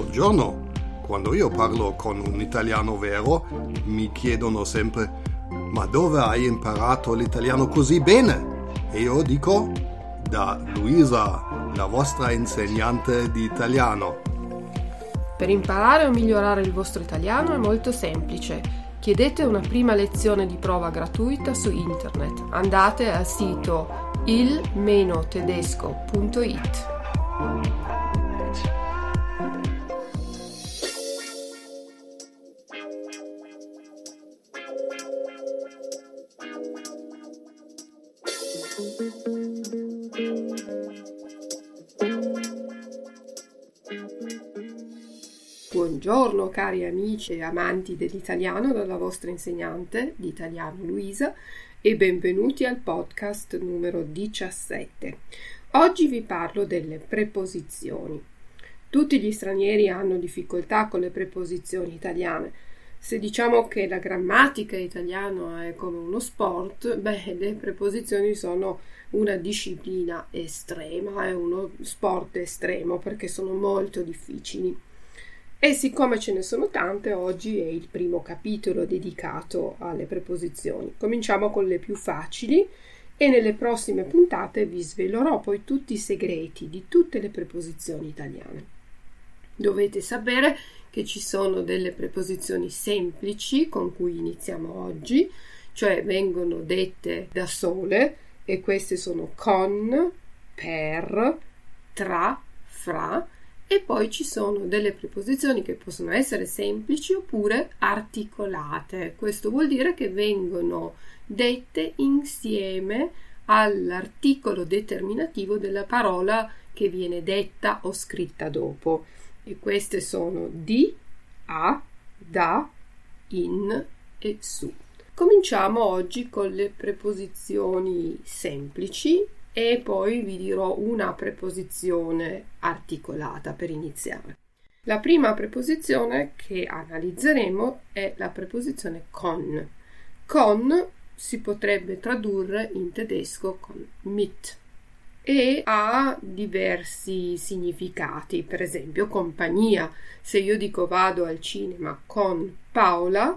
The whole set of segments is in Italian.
Buongiorno. Quando io parlo con un italiano vero, mi chiedono sempre: ma dove hai imparato l'italiano così bene? E io dico: da Luisa, la vostra insegnante di italiano. Per imparare o migliorare il vostro italiano è molto semplice. Chiedete una prima lezione di prova gratuita su internet. Andate al sito il-tedesco.it. Buongiorno cari amici e amanti dell'italiano dalla vostra insegnante di italiano Luisa e benvenuti al podcast numero 17. Oggi vi parlo delle preposizioni. Tutti gli stranieri hanno difficoltà con le preposizioni italiane. Se diciamo che la grammatica italiana è come uno sport, le preposizioni sono una disciplina estrema, è uno sport estremo perché sono molto difficili. E siccome ce ne sono tante, oggi è il primo capitolo dedicato alle preposizioni. Cominciamo con le più facili e nelle prossime puntate vi svelerò poi tutti i segreti di tutte le preposizioni italiane. Dovete sapere che ci sono delle preposizioni semplici con cui iniziamo oggi, cioè vengono dette da sole, e queste sono con, per, tra, fra. E poi ci sono delle preposizioni che possono essere semplici oppure articolate. Questo vuol dire che vengono dette insieme all'articolo determinativo della parola che viene detta o scritta dopo. E queste sono di, a, da, in e su. Cominciamo oggi con le preposizioni semplici e poi vi dirò una preposizione articolata per iniziare. La prima preposizione che analizzeremo è la preposizione con. Con si potrebbe tradurre in tedesco con mit e ha diversi significati, per esempio compagnia. Se io dico vado al cinema con Paola,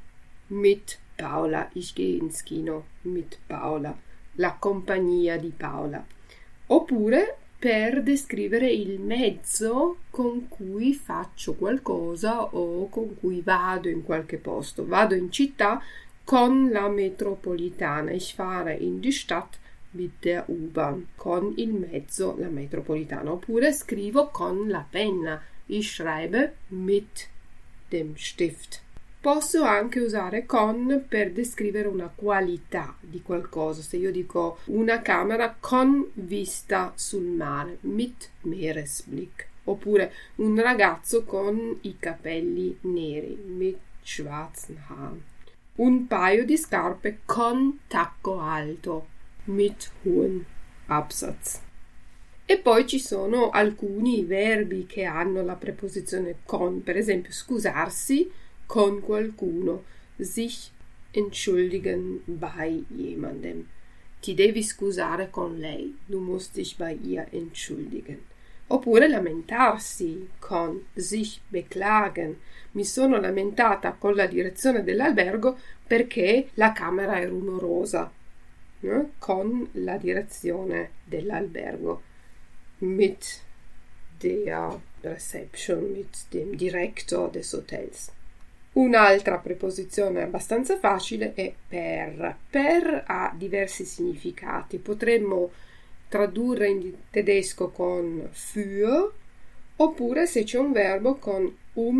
mit Paola, ich gehe ins Kino mit Paola, la compagnia di Paola. Oppure per descrivere il mezzo con cui faccio qualcosa o con cui vado in qualche posto. Vado in città con la metropolitana. Ich fahre in die Stadt mit der U-Bahn. Con il mezzo, la metropolitana. Oppure scrivo con la penna. Ich schreibe mit dem Stift. Posso anche usare con per descrivere una qualità di qualcosa. Se io dico una camera con vista sul mare, mit Meeresblick. Oppure un ragazzo con i capelli neri, mit schwarzen Haaren. Un paio di scarpe con tacco alto, mit hohen Absatz. E poi ci sono alcuni verbi che hanno la preposizione con, per esempio scusarsi con qualcuno, sich entschuldigen bei jemandem. Ti devi scusare con lei, du musst dich bei ihr entschuldigen. Oppure lamentarsi con sich beklagen. Mi sono lamentata con la direzione dell'albergo perché la camera è rumorosa. Con la direzione dell'albergo. Mit der Reception, mit dem Direktor des Hotels. Un'altra preposizione abbastanza facile è per. Per ha diversi significati. Potremmo tradurre in tedesco con für, oppure se c'è un verbo con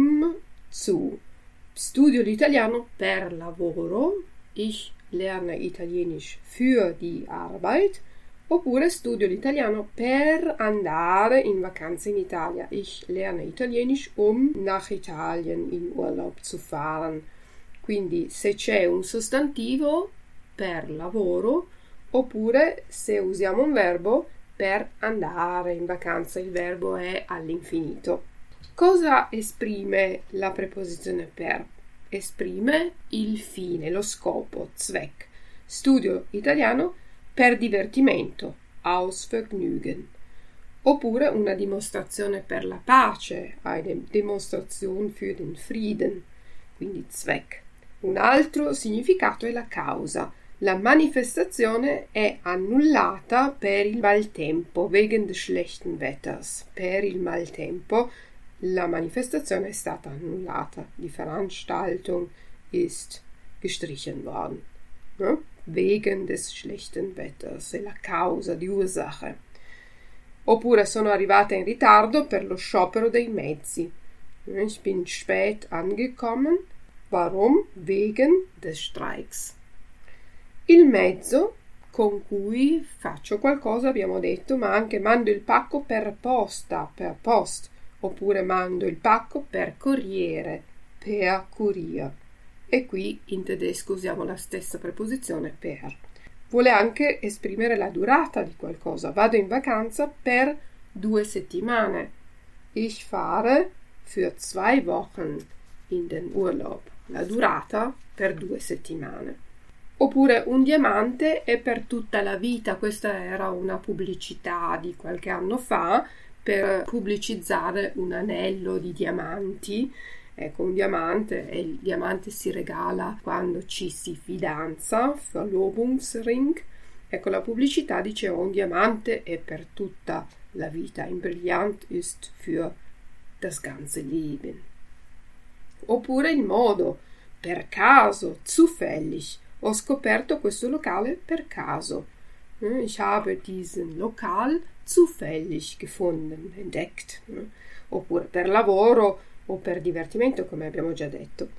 zu. Studio l'italiano per lavoro. Ich lerne Italienisch für die Arbeit. Oppure studio l'italiano per andare in vacanza in Italia. Ich lerne Italienisch, nach Italien in Urlaub zu fahren. Quindi se c'è un sostantivo per lavoro, oppure se usiamo un verbo per andare in vacanza, il verbo è all'infinito. Cosa esprime la preposizione per? Esprime il fine, lo scopo, Zweck. Studio italiano per divertimento, aus Vergnügen. Oppure una dimostrazione per la pace, eine Demonstration für den Frieden, quindi Zweck. Un altro significato è la causa. La manifestazione è annullata per il maltempo, wegen des schlechten Wetters. Per il maltempo la manifestazione è stata annullata. Die Veranstaltung ist gestrichen worden. No? Wegen des schlechten Wetters, è la causa, die Ursache. Oppure sono arrivata in ritardo per lo sciopero dei mezzi. Ich bin spät angekommen. Warum? Wegen des Streiks. Il mezzo con cui faccio qualcosa, abbiamo detto, ma anche mando il pacco per posta, per post, oppure mando il pacco per corriere, per Kurier. E qui in tedesco usiamo la stessa preposizione per. Vuole anche esprimere la durata di qualcosa. Vado in vacanza per 2 settimane. Ich fahre für 2 Wochen in den Urlaub. La durata per 2 settimane. Oppure un diamante è per tutta la vita. Questa era una pubblicità di qualche anno fa per pubblicizzare un anello di diamanti. Ecco, un diamante, e il diamante si regala quando ci si fidanza, Verlobungsring. Ecco, la pubblicità diceva un diamante è per tutta la vita, ein Brillant ist für das ganze Leben. Oppure il modo, per caso, zufällig, ho scoperto questo locale per caso. Ich habe diesen Lokal zufällig gefunden, entdeckt. Oppure per lavoro o per divertimento, come abbiamo già detto.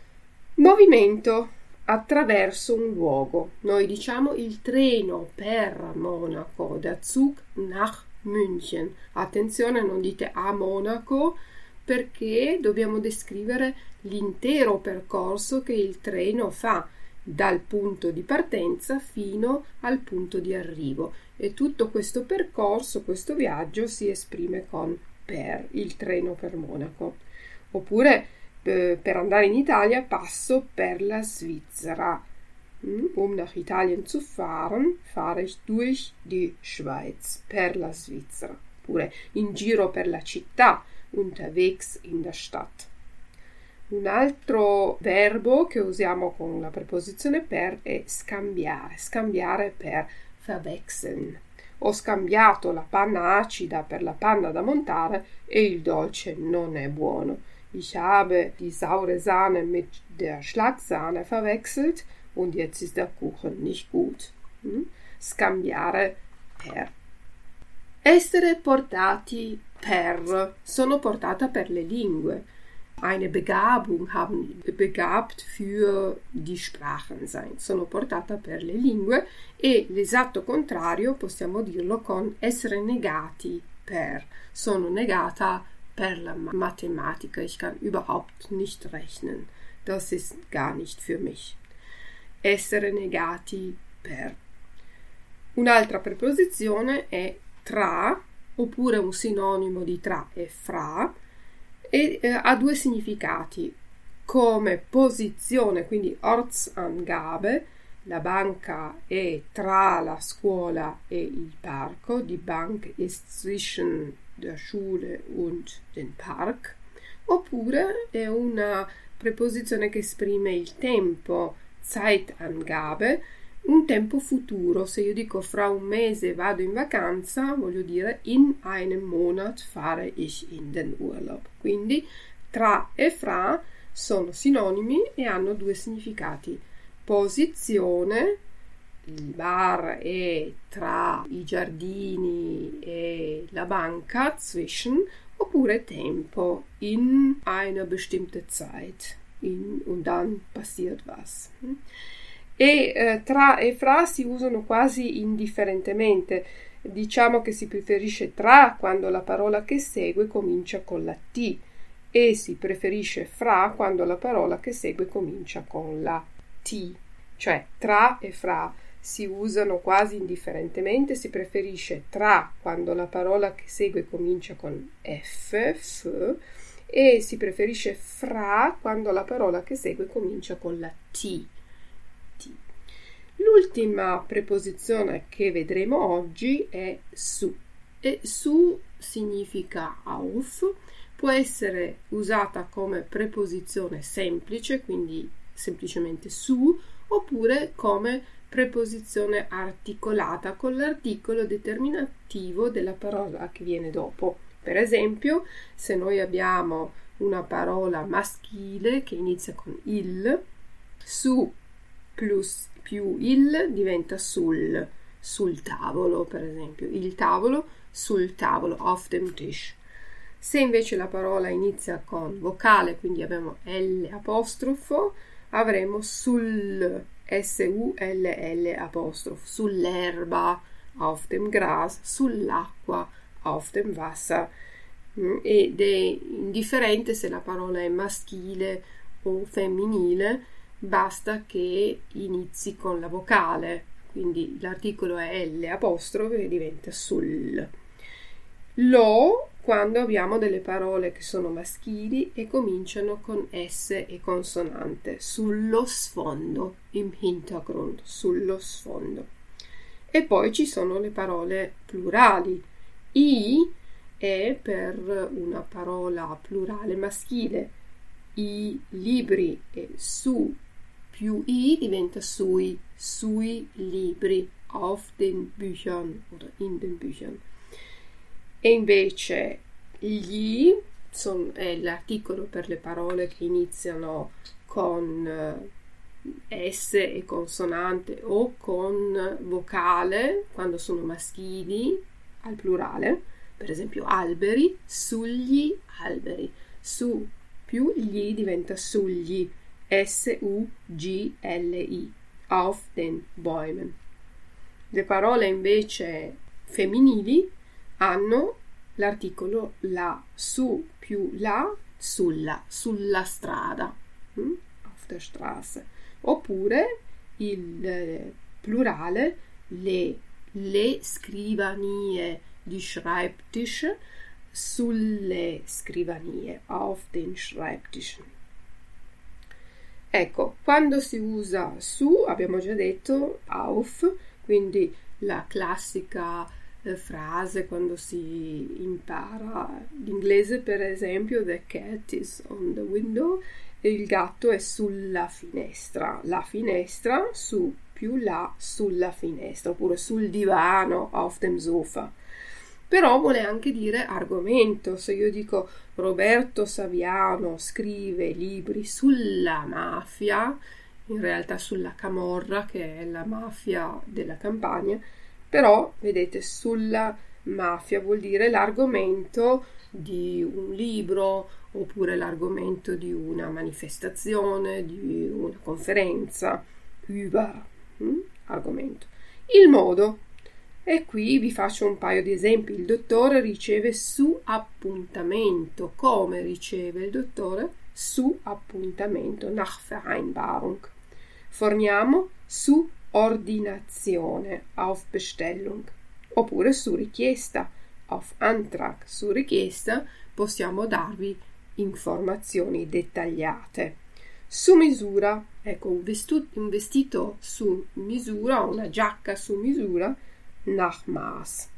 Movimento attraverso un luogo. Noi diciamo il treno per Monaco, der Zug nach München. Attenzione, non dite a Monaco, perché dobbiamo descrivere l'intero percorso che il treno fa dal punto di partenza fino al punto di arrivo, e tutto questo percorso, questo viaggio si esprime con per, il treno per Monaco. Oppure per andare in Italia passo per la Svizzera. Um nach Italien zu fahren, fahre ich durch die Schweiz, per la Svizzera. Oppure in giro per la città, unterwegs in der Stadt. Un altro verbo che usiamo con la preposizione per è scambiare. Scambiare per verwechseln. Ho scambiato la panna acida per la panna da montare e il dolce non è buono. Ich habe die saure Sahne mit der Schlagsahne verwechselt und jetzt ist der Kuchen nicht gut. Scambiare per. Essere portati per. Sono portata per le lingue. Eine Begabung haben, begabt für die Sprachen sein. Sono portata per le lingue, e l'esatto contrario possiamo dirlo con essere negati per. Sono negata per la Mathematica. Ich kann überhaupt nicht rechnen. Das ist gar nicht für mich. Essere negati per. Un'altra preposizione è tra, oppure un sinonimo di tra è fra, e ha 2 significati. Come posizione, quindi Ortsangabe, la banca è tra la scuola e il parco, die Bank ist zwischen der Schule und den Park. Oppure è una preposizione che esprime il tempo, Zeitangabe, un tempo futuro. Se io dico fra un mese vado in vacanza, voglio dire in einem Monat fahre ich in den Urlaub. Quindi tra e fra sono sinonimi e hanno 2 significati. Posizione, il bar è tra i giardini e la banca, zwischen, oppure tempo, in einer bestimmte Zeit, und dann passiert was. E tra e fra si usano quasi indifferentemente. Diciamo che si preferisce tra quando la parola che segue comincia con la T, e si preferisce fra quando la parola che segue comincia con la T. Cioè tra e fra si usano quasi indifferentemente. Si preferisce tra quando la parola che segue comincia con f, e si preferisce fra quando la parola che segue comincia con la T. L'ultima preposizione che vedremo oggi è su. e su significa auf, può essere usata come preposizione semplice, quindi semplicemente su, oppure come preposizione articolata con l'articolo determinativo della parola che viene dopo. Per esempio, se noi abbiamo una parola maschile che inizia con il, su più il diventa sul tavolo, per esempio, il tavolo, sul tavolo, auf dem Tisch. Se invece la parola inizia con vocale, quindi abbiamo L apostrofo, avremo sul, S-U-L-L apostrofo, sull'erba, auf dem Gras, sull'acqua, auf dem Wasser. Ed è indifferente se la parola è maschile o femminile, basta che inizi con la vocale, quindi l'articolo è L apostrofo e diventa sul. Lo, quando abbiamo delle parole che sono maschili e cominciano con S e consonante, sullo sfondo, im Hintergrund, sullo sfondo. E poi ci sono le parole plurali. I è per una parola plurale maschile, i libri, e su più i diventa sui libri, auf den Büchern oder in den Büchern. E invece gli è l'articolo per le parole che iniziano con S e consonante o con vocale quando sono maschili al plurale, per esempio alberi, sugli alberi, su più gli diventa sugli, S-U-G-L-I, auf den Bäumen. Le parole invece femminili hanno l'articolo la, su più la, sulla strada, auf der Straße, oppure il plurale le scrivanie, die Schreibtische, sulle scrivanie, auf den Schreibtischen. Ecco, quando si usa su, abbiamo già detto auf, quindi la classica frase quando si impara l'inglese, per esempio, the cat is on the window, e il gatto è sulla finestra, la finestra su più la, sulla finestra, oppure sul divano, auf dem Sofa. Però vuole anche dire argomento. Se io dico Roberto Saviano scrive libri sulla mafia, in realtà sulla camorra, che è la mafia della Campania, però vedete, sulla mafia vuol dire l'argomento di un libro, oppure l'argomento di una manifestazione, di una conferenza, über, argomento. Il modo. E qui vi faccio un paio di esempi. Il dottore riceve su appuntamento. Come riceve il dottore? Su appuntamento, nach Vereinbarung. Forniamo su ordinazione, auf Bestellung. Oppure su richiesta, auf Antrag. Su richiesta possiamo darvi informazioni dettagliate. Su misura, ecco, un vestito su misura, una giacca su misura, nach Maß.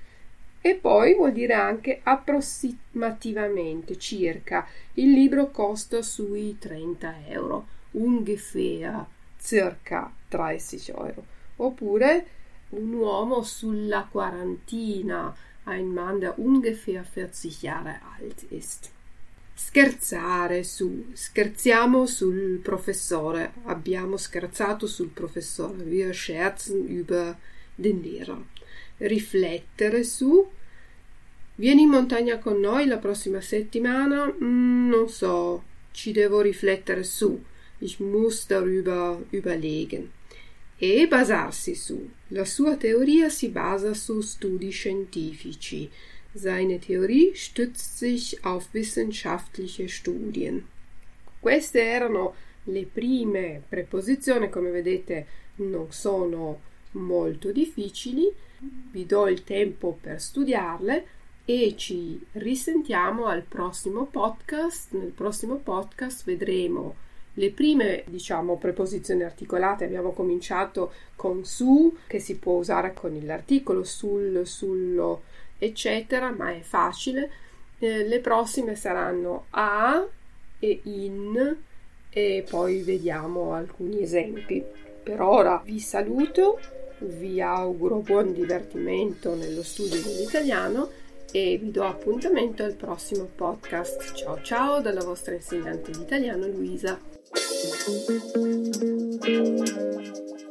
E poi vuol dire anche approssimativamente, circa. Il libro costa sui 30 euro, ungefähr, circa 30 euro. Oppure un uomo sulla quarantina, ein Mann, der ungefähr 40 Jahre alt ist. Scherzare su, scherziamo sul professore, abbiamo scherzato sul professore, wir scherzen über den Lehrer. Riflettere su, vieni in montagna con noi la prossima settimana, non so, ci devo riflettere su, ich muss darüber überlegen. E basarsi su, la sua teoria si basa su studi scientifici, seine Theorie stützt sich auf wissenschaftliche Studien. Queste erano le prime preposizioni, come vedete non sono molto difficili, vi do il tempo per studiarle e ci risentiamo al prossimo podcast. Nel prossimo podcast vedremo Le prime, preposizioni articolate abbiamo cominciato con su, che si può usare con l'articolo sul, sullo, eccetera, ma è facile. Le prossime saranno a e in, e poi vediamo alcuni esempi. Per ora vi saluto, vi auguro buon divertimento nello studio dell'italiano e vi do appuntamento al prossimo podcast. Ciao ciao dalla vostra insegnante di italiano Luisa.